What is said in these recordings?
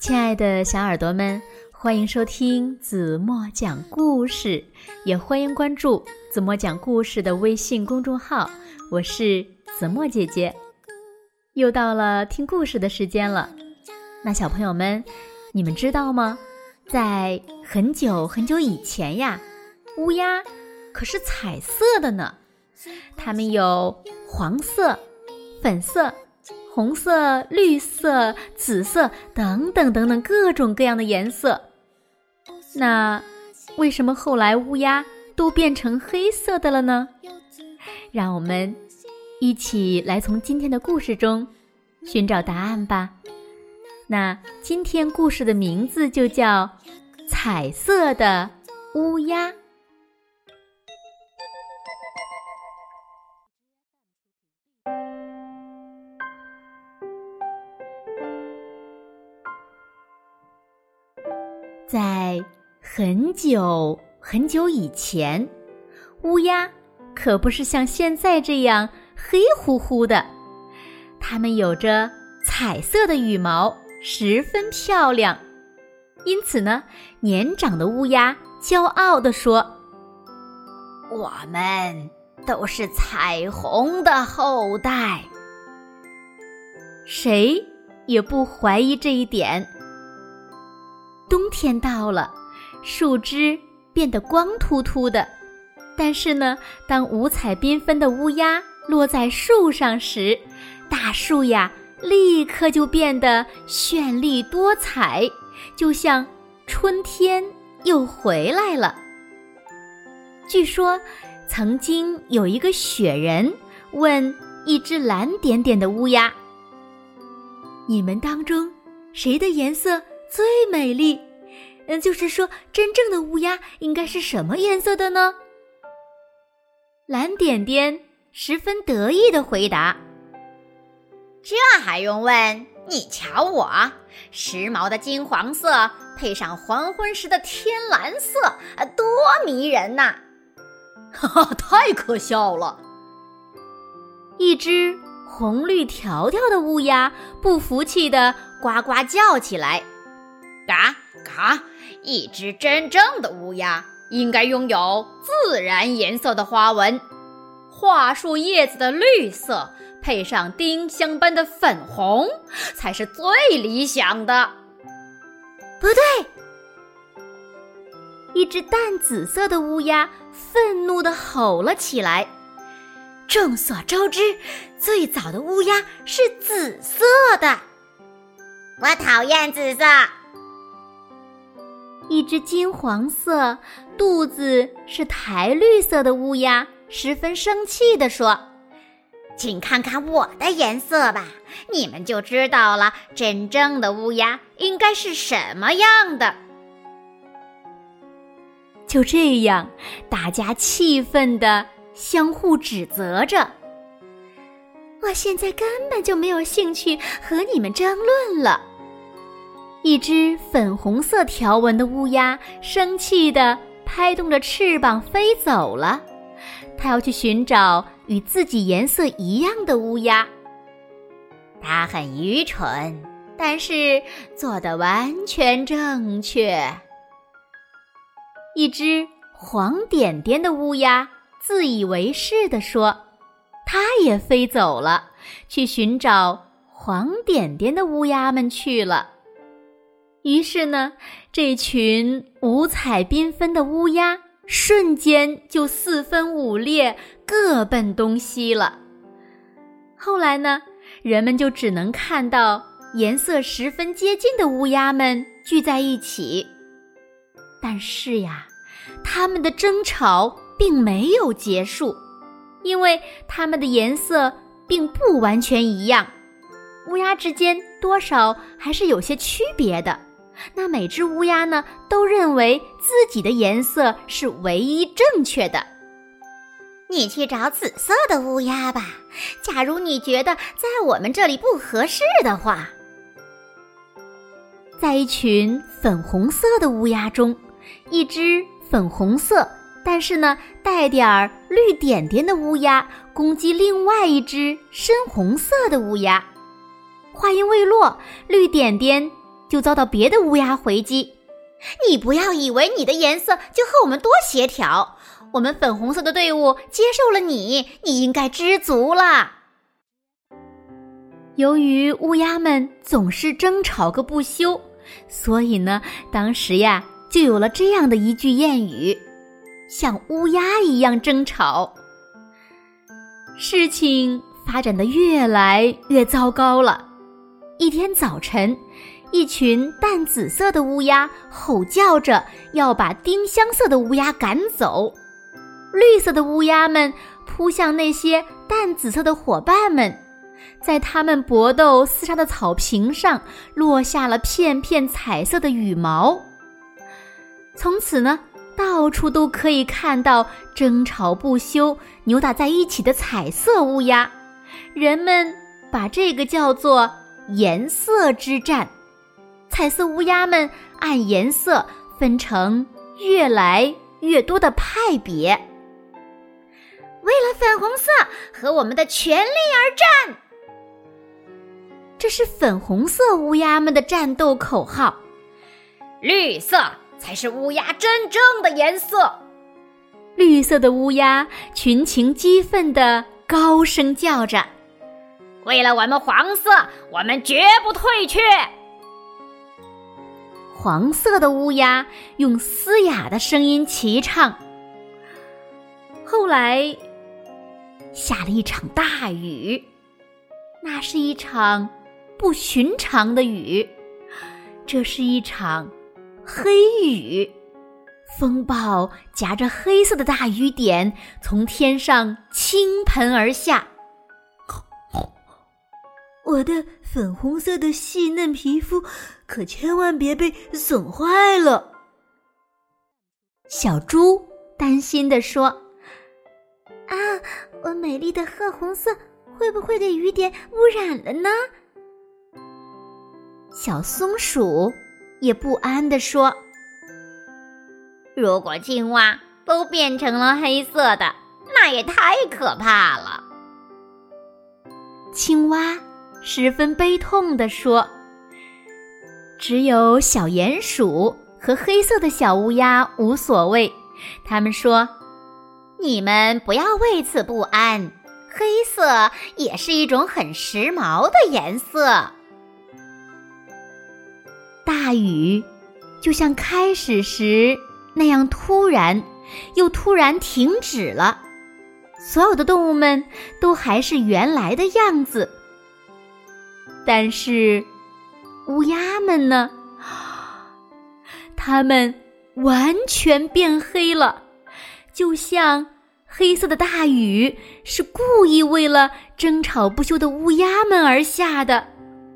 亲爱的小耳朵们，欢迎收听子墨讲故事，也欢迎关注子墨讲故事的微信公众号，我是子墨姐姐。又到了听故事的时间了，那小朋友们，你们知道吗？在很久很久以前呀，乌鸦可是彩色的呢，它们有黄色、粉色、红色、绿色、紫色等等等等各种各样的颜色。那为什么后来乌鸦都变成黑色的了呢？让我们一起来从今天的故事中寻找答案吧。那今天故事的名字就叫彩色的乌鸦。在很久很久以前，乌鸦可不是像现在这样黑乎乎的，它们有着彩色的羽毛，十分漂亮。因此呢，年长的乌鸦骄傲地说：我们都是彩虹的后代。谁也不怀疑这一点。冬天到了，树枝变得光秃秃的，但是呢，当五彩缤纷的乌鸦落在树上时，大树呀立刻就变得绚丽多彩，就像春天又回来了。据说曾经有一个雪人问一只蓝点点的乌鸦：你们当中谁的颜色最美丽？就是说真正的乌鸦应该是什么颜色的呢？蓝点点十分得意地回答： 这还用问？你瞧我，时髦的金黄色配上黄昏时的天蓝色，多迷人呐！ 哈哈，太可笑了。 一只红绿条条的乌鸦不服气地呱呱叫起来： 嘎嘎！一只真正的乌鸦应该拥有自然颜色的花纹，桦树叶子的绿色配上丁香般的粉红，才是最理想的。 不对！一只淡紫色的乌鸦愤怒地吼了起来：众所周知，最早的乌鸦是紫色的。 我讨厌紫色。 一只金黄色、肚子是苔绿色的乌鸦十分生气地说： 请看看我的颜色吧，你们就知道了真正的乌鸦应该是什么样的。 就这样，大家气愤地相互指责着。我现在根本就没有兴趣和你们争论了。一只粉红色条纹的乌鸦生气地拍动着翅膀飞走了，它要去寻找与自己颜色一样的乌鸦。它很愚蠢，但是做得完全正确。一只黄点点的乌鸦自以为是地说：它也飞走了，去寻找黄点点的乌鸦们去了。于是呢，这群五彩缤纷的乌鸦瞬间就四分五裂，各奔东西了。后来呢，人们就只能看到颜色十分接近的乌鸦们聚在一起。但是呀，它们的争吵并没有结束，因为它们的颜色并不完全一样，乌鸦之间多少还是有些区别的。那每只乌鸦呢，都认为自己的颜色是唯一正确的。 你去找紫色的乌鸦吧，假如你觉得在我们这里不合适的话。 在一群粉红色的乌鸦中，一只粉红色但是呢带点绿点点的乌鸦攻击另外一只深红色的乌鸦。话音未落，绿点点就遭到别的乌鸦回击。 你不要以为你的颜色就和我们多协调，我们粉红色的队伍接受了你，你应该知足了。 由于乌鸦们总是争吵个不休，所以呢，当时呀就有了这样的一句谚语：像乌鸦一样争吵。事情发展得越来越糟糕了。一天早晨，一群淡紫色的乌鸦吼叫着要把丁香色的乌鸦赶走。绿色的乌鸦们扑向那些淡紫色的伙伴们，在他们搏斗厮杀的草坪上落下了片片彩色的羽毛。从此呢，到处都可以看到争吵不休、扭打在一起的彩色乌鸦。人们把这个叫做颜色之战。彩色乌鸦们按颜色分成越来越多的派别。 为了粉红色和我们的权利而战， 这是粉红色乌鸦们的战斗口号。 绿色才是乌鸦真正的颜色。 绿色的乌鸦群情激愤地高声叫着： 为了我们黄色，我们绝不退却。 黄色的乌鸦用嘶哑的声音齐唱。后来下了一场大雨，那是一场不寻常的雨，这是一场黑雨。风暴夹着黑色的大雨点从天上倾盆而下。 我的粉红色的细嫩皮肤可千万别被损坏了。 小猪担心地说： 啊，我美丽的褐红色会不会给雨点污染了呢？ 小松鼠也不安地说： 如果青蛙都变成了黑色的，那也太可怕了。 青蛙十分悲痛地说：只有小鼹鼠和黑色的小乌鸦无所谓。他们说： 你们不要为此不安，黑色也是一种很时髦的颜色。 大雨就像开始时那样突然，又突然停止了。所有的动物们都还是原来的样子，但是乌鸦们呢？它们完全变黑了，就像黑色的大雨是故意为了争吵不休的乌鸦们而下的。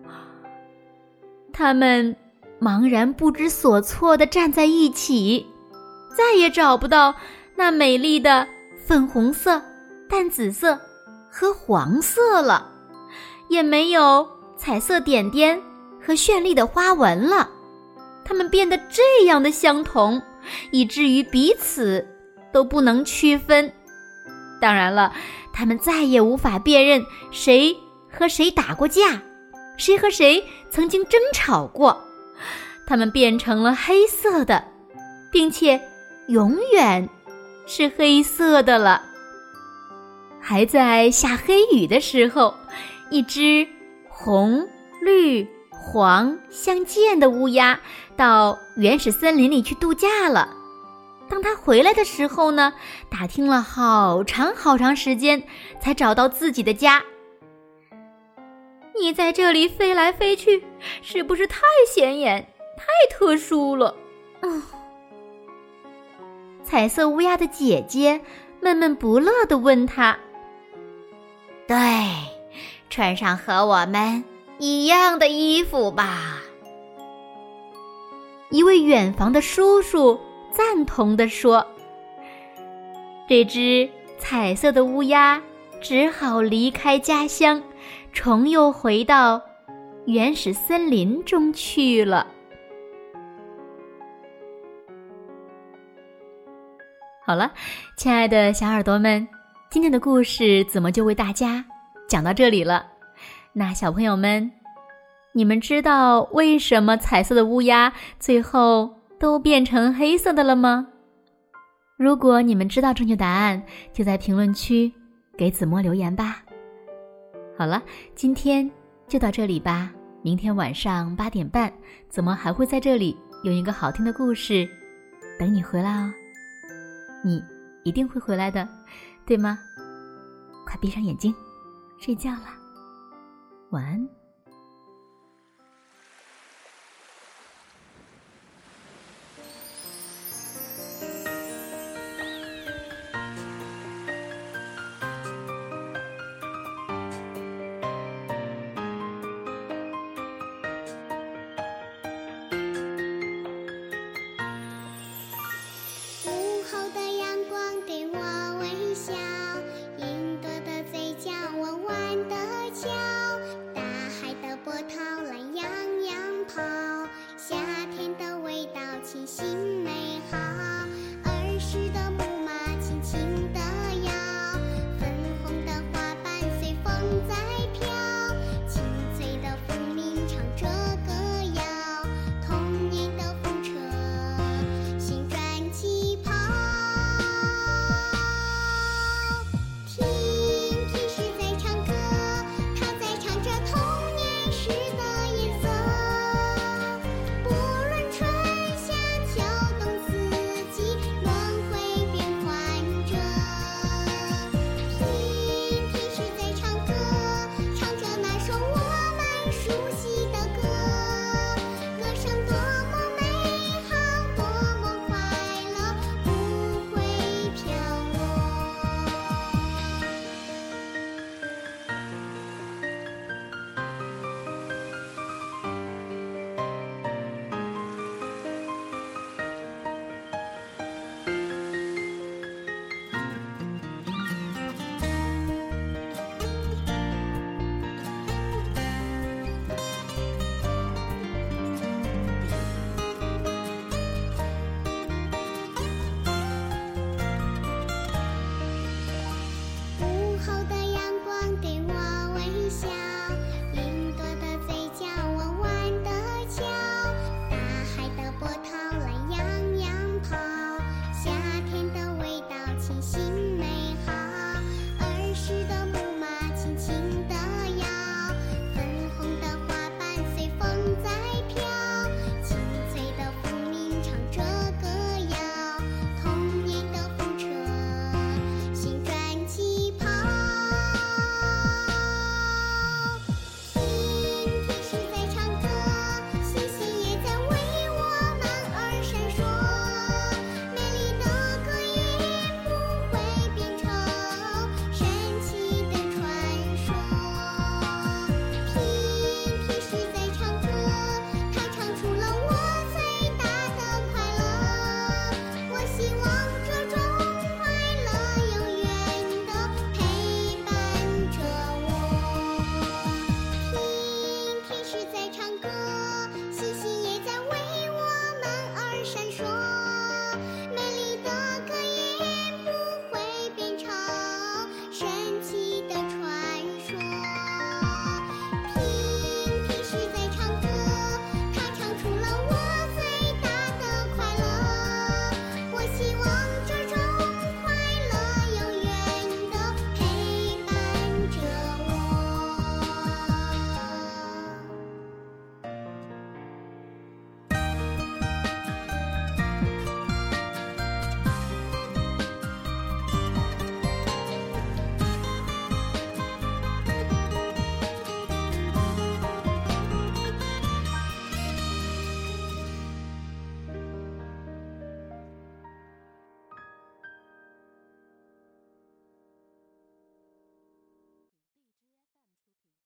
它们茫然不知所措地站在一起，再也找不到那美丽的粉红色、淡紫色和黄色了，也没有彩色点点和绚丽的花纹了。它们变得这样的相同，以至于彼此都不能区分。当然了，它们再也无法辨认谁和谁打过架，谁和谁曾经争吵过。它们变成了黑色的，并且永远是黑色的了。还在下黑雨的时候，一只红、绿、黄相间的乌鸦到原始森林里去度假了。当它回来的时候呢，打听了好长好长时间，才找到自己的家。你在这里飞来飞去，是不是太显眼、太特殊了？彩色乌鸦的姐姐闷闷不乐地问他： 对，穿上和我们一样的衣服吧。 一位远房的叔叔赞同地说。这只彩色的乌鸦只好离开家乡，重又回到原始森林中去了。好了，亲爱的小耳朵们，今天的故事怎么就为大家讲到这里了？那小朋友们， 你们知道为什么彩色的乌鸦最后都变成黑色的了吗？如果你们知道正确答案，就在评论区给子墨留言吧。好了，今天就到这里吧。明天晚上8点半，子墨还会在这里用一个好听的故事等你回来哦。你一定会回来的，对吗？快闭上眼睛，睡觉了，晚安。